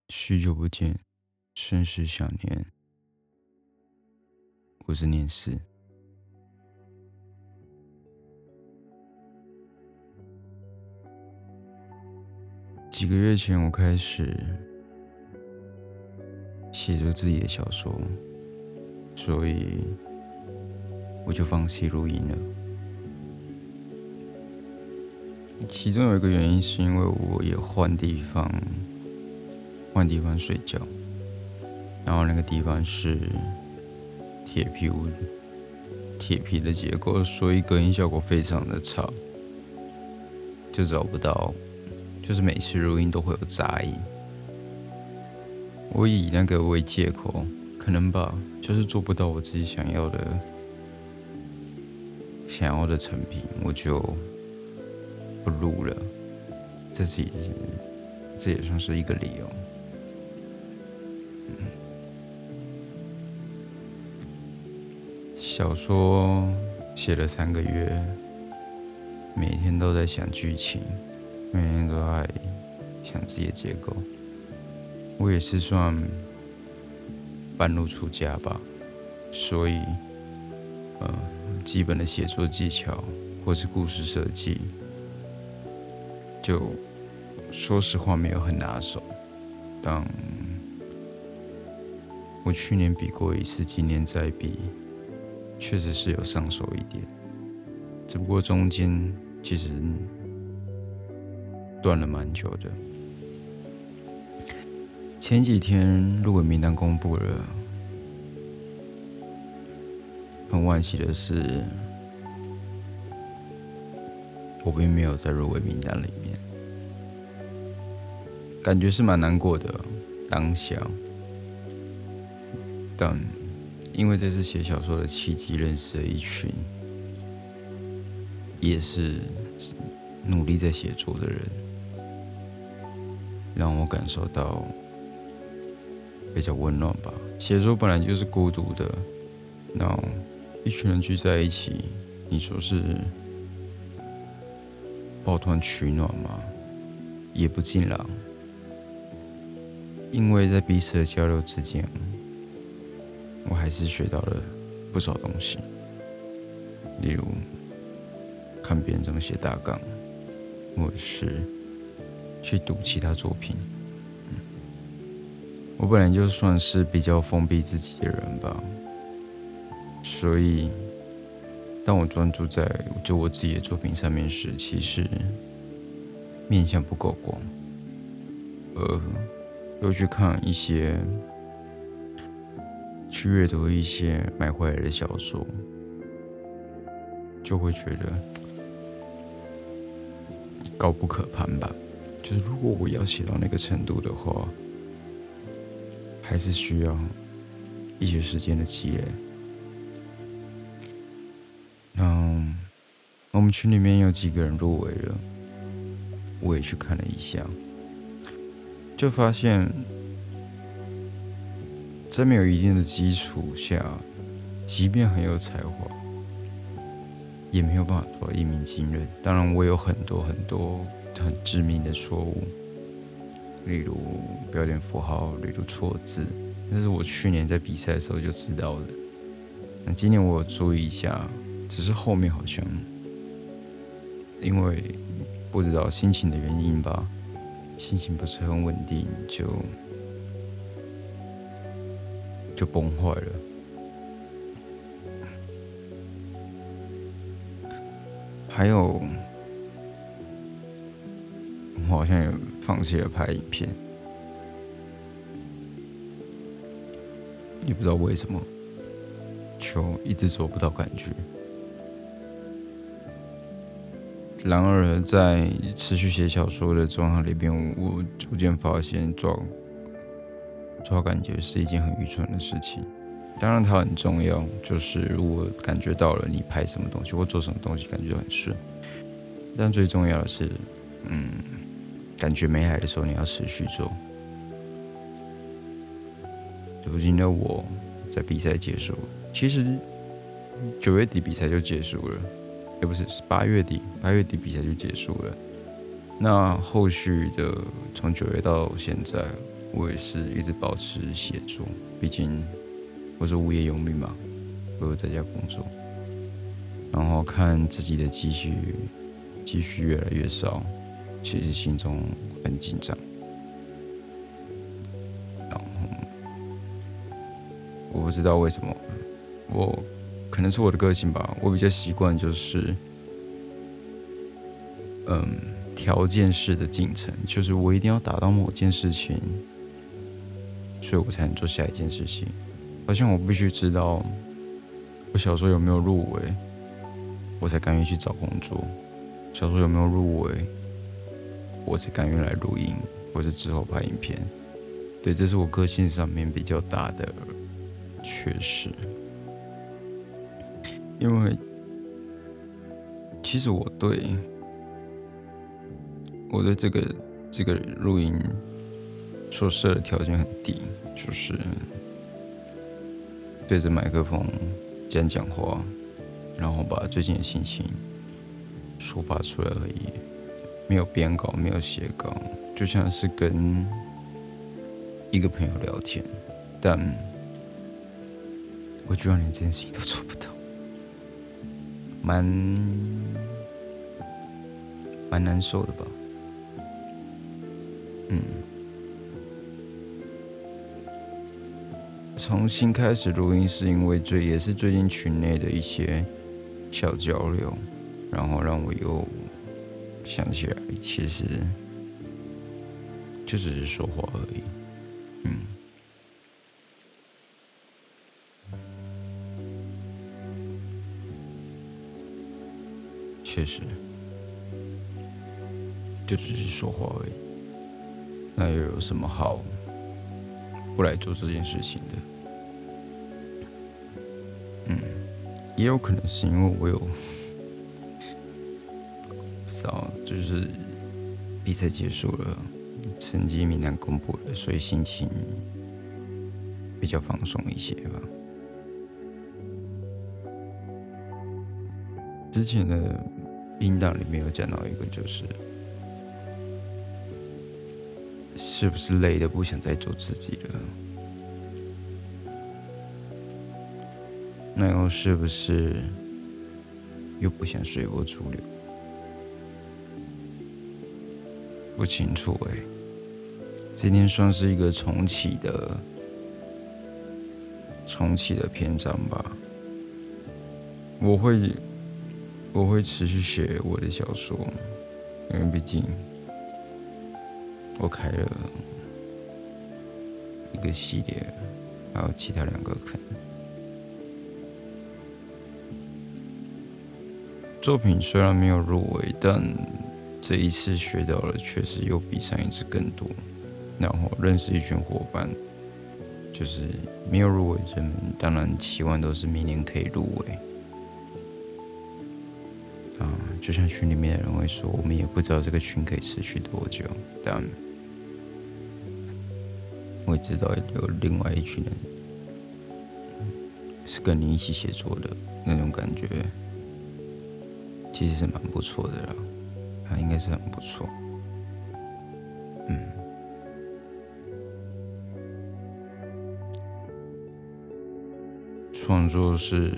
许久不见，甚是想念。我是念四。几个月前，我开始写作自己的小说，所以我就放弃录音了。其中有一个原因是因为我也换地方睡觉，然后那个地方是铁皮的结构，所以隔音效果非常的差，就找不到，就是每次录音都会有杂音。我以那个为借口，可能吧，就是做不到我自己想要的成品，我就不录了。这也算是一个理由。小说写了3个月，每天都在想剧情，每天都在想自己的结构。我也是算半路出家吧，所以基本的写作技巧或是故事设计，就说实话没有很拿手。但我去年比过一次，今年再比，确实是有上手一点，只不过中间其实断了蛮久的。前几天入围名单公布了，很惋惜的是，我并没有在入围名单里面，感觉是蛮难过的当下。但因为这次写小说的契机，认识了一群也是努力在写作的人，让我感受到比较温暖吧。写作本来就是孤独的，那一群人聚在一起，你说是抱团取暖吗？也不尽然，因为在彼此的交流之间，我还是学到了不少东西，例如看别人怎么写大纲，或者是去读其他作品。我本来就算是比较封闭自己的人吧，所以当我专注在我自己的作品上面时，其实面向不够广，又去阅读一些买回来的小说，就会觉得高不可攀吧。就是如果我要写到那个程度的话，还是需要一些时间的积累。那我们群里面有几个人入围了，我也去看了一下，就发现在没有一定的基础下，即便很有才华，也没有办法做到一鸣惊人。当然，我有很多很致命的错误，例如标点符号，例如错字，那是我去年在比赛的时候就知道的。那今年我有注意一下，只是后面好像因为不知道心情的原因吧，心情不是很稳定，就崩坏了。还有，我好像也放弃了拍影片，也不知道为什么，就一直找不到感觉。然而，在持续写小说的状态里边，我逐渐发现抓感觉是一件很愚蠢的事情。当然，它很重要，就是如果感觉到了你拍什么东西或做什么东西，感觉很顺。但最重要的是，感觉没来的时候，你要持续做。如今的我在比赛结束，其实9月底比赛就结束了，不是8月底比赛就结束了。那后续的从9月到现在， 我也是一直保持写作，毕竟我是无业游民嘛，我有在家工作，然后看自己的积蓄越来越少，其实心中很紧张。然后我不知道为什么，可能是我的个性吧，我比较习惯就是条件式的进程，就是我一定要达到某件事情，所以我才能做下一件事情。好像我必须知道我小说有没有入围，我才甘愿去找工作；小说有没有入围，我才甘愿来录音，或者之后拍影片。对，这是我个性上面比较大的缺失。因为其实我对这个录音所设的条件很低，就是对着麦克风讲话，然后把最近的心情抒发出来而已，没有编稿，没有写稿，就像是跟一个朋友聊天，但我居然连这件事情都做不到，蛮难受的吧。重新开始录音是因为也是最近群内的一些小交流，然后让我又想起来，其实就只是说话而已。确实，就只是说话而已。那又有什么好不来做这件事情的？也有可能是因为我有不知道，就是比赛结束了，成绩名单公布了，所以心情比较放松一些吧。之前的音档里面有讲到一个，是不是累的不想再做自己了？那又是不是又不想随波逐流？不清楚今天算是一个重启的篇章吧。我会持续写我的小说，因为毕竟我开了一个系列，还有其他2个坑。作品虽然没有入围，但这一次学到了确实又比上一次更多，然后认识一群伙伴，就是没有入围的人，当然期望都是明年可以入围。就像群里面的人会说，我们也不知道这个群可以持续多久，但我也知道有另外一群人是跟你一起写作的那种感觉，其实是蛮不错的啦，应该是很不错。创作是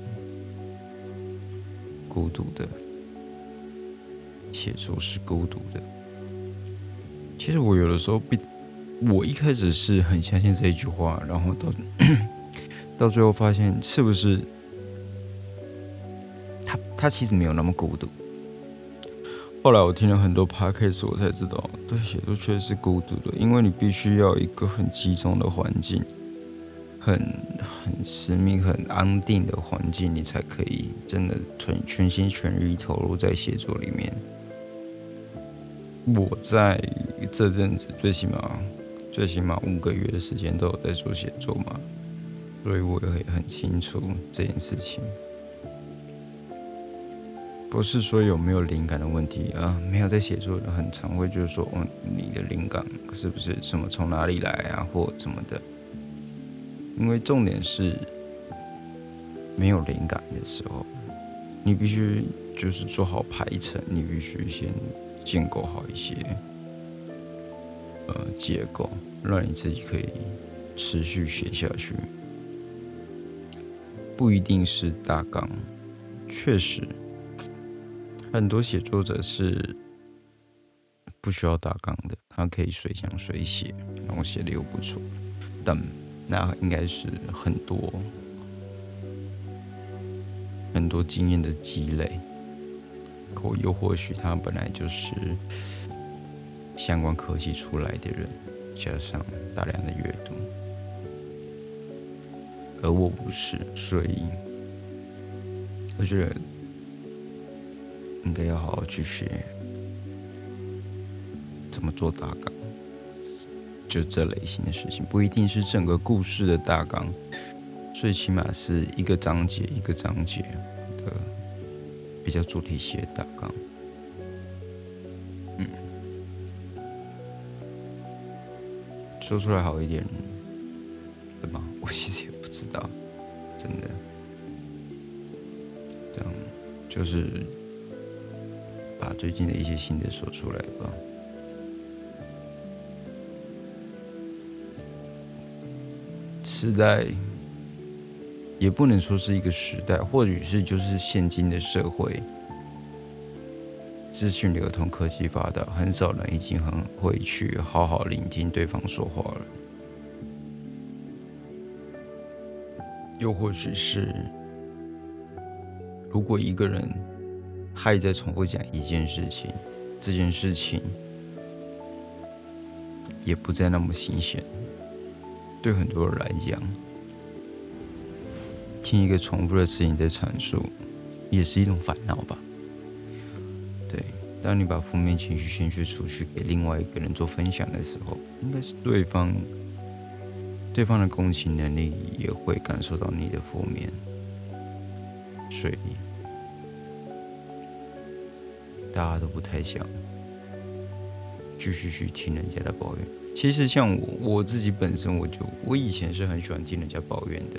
孤独的，写作是孤独的。其实我有的时候我一开始是很相信这一句话，然后到最后发现，是不是他其实没有那么孤独。后来我听了很多 podcast， 我才知道，对，写作确实是孤独的，因为你必须要有一个很集中的环境，很私密、很安定的环境，你才可以真的全心全意投入在写作里面。我在这阵子最起码5个月的时间都有在做写作嘛，所以我也很清楚这件事情。不是说有没有灵感的问题没有在写作的很常会就是说，你的灵感是不是什么从哪里来啊，或什么的？因为重点是没有灵感的时候，你必须就是做好排程，你必须先建构好一些结构，让你自己可以持续写下去。不一定是大纲，确实很多写作者是不需要大纲的，他可以随想随写，然后写的又不错，但那应该是很多经验的积累，又或许他本来就是相关科系出来的人，加上大量的阅读，而我不是，所以我觉得应该要好好去学怎么做大纲，就这类型的事情，不一定是整个故事的大纲，最起码是一个章节一个章节的比较主题性的大纲。说出来好一点，对吗？我其实也不知道，真的。这样就是把最近的一些心得说出来吧。时代也不能说是一个时代，或许是就是现今的社会，资讯流通，科技发达，很少人已经很会去好好聆听对方说话了。又或许是，如果一个人他也在重复讲一件事情，这件事情也不再那么新鲜。对很多人来讲，听一个重复的事情在阐述，也是一种烦恼吧。对，当你把负面情绪宣泄出去，给另外一个人做分享的时候，应该是对方的共情能力也会感受到你的负面，所以大家都不太想继续去听人家的抱怨。其实像我自己本身，我以前是很喜欢听人家抱怨的，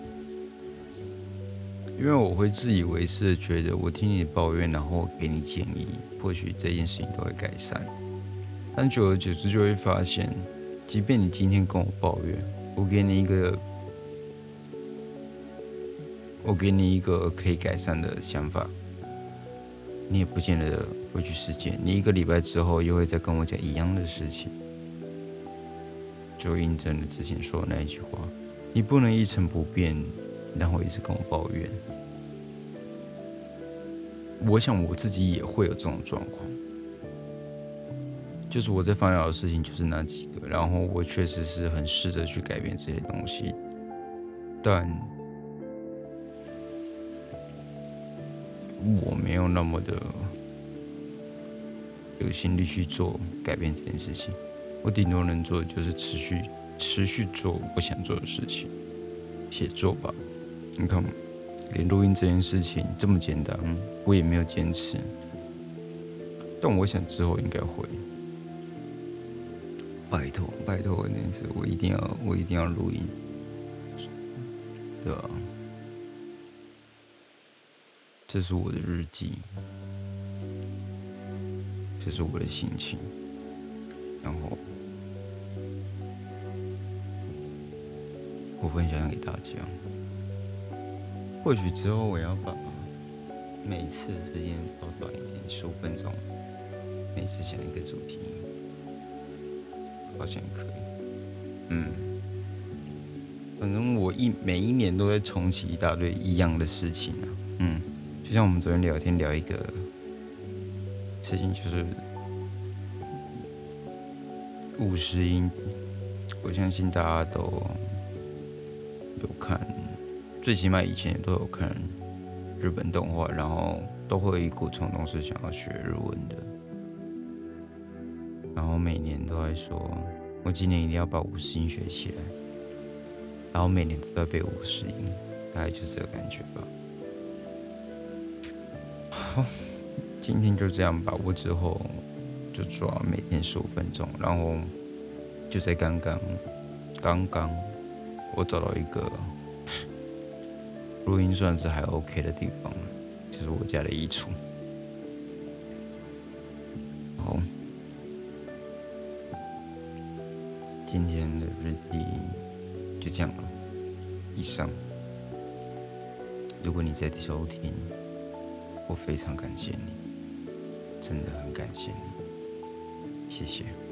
因为我会自以为是的觉得，我听你抱怨，然后给你建议，或许这件事情都会改善。但久而久之就会发现，即便你今天跟我抱怨，我给你一个可以改善的想法，你也不见得会去实践。你1个礼拜之后又会再跟我讲一样的事情，就印证了之前说的那一句话：你不能一成不变，然后一直跟我抱怨。我想我自己也会有这种状况，就是我在烦恼的事情就是那几个，然后我确实是很试着去改变这些东西，但我没有那么的有心力去做改变这件事情。我顶多能做的就是持续做我想做的事情，写作吧。你看，连录音这件事情这么简单，我也没有坚持，但我想之后应该会。拜托，那件事我一定要录音，对啊，这是我的日记，这是我的心情，然后我分享给大家。或许之后我要把每一次的时间缩短一点，15分钟，每次想一个主题，好像可以。反正我每一年都在重启一大堆一样的事情啊。就像我们昨天聊天聊一个事情，就是50音，我相信大家都有看，最起码以前也都有看日本动画，然后都会有一股冲动是想要学日文的，然后每年都在说，我今年一定要把50音学起来，然后每年都在背50音，大概就是这个感觉吧。好，今天就这样吧，我之后就抓每天15分钟，然后就在刚刚，我找到一个录音算是还 OK 的地方，就是我家的衣橱。好， 今天的日记就这样了。以上，如果你在收听，我非常感谢你，真的很感谢你，谢谢。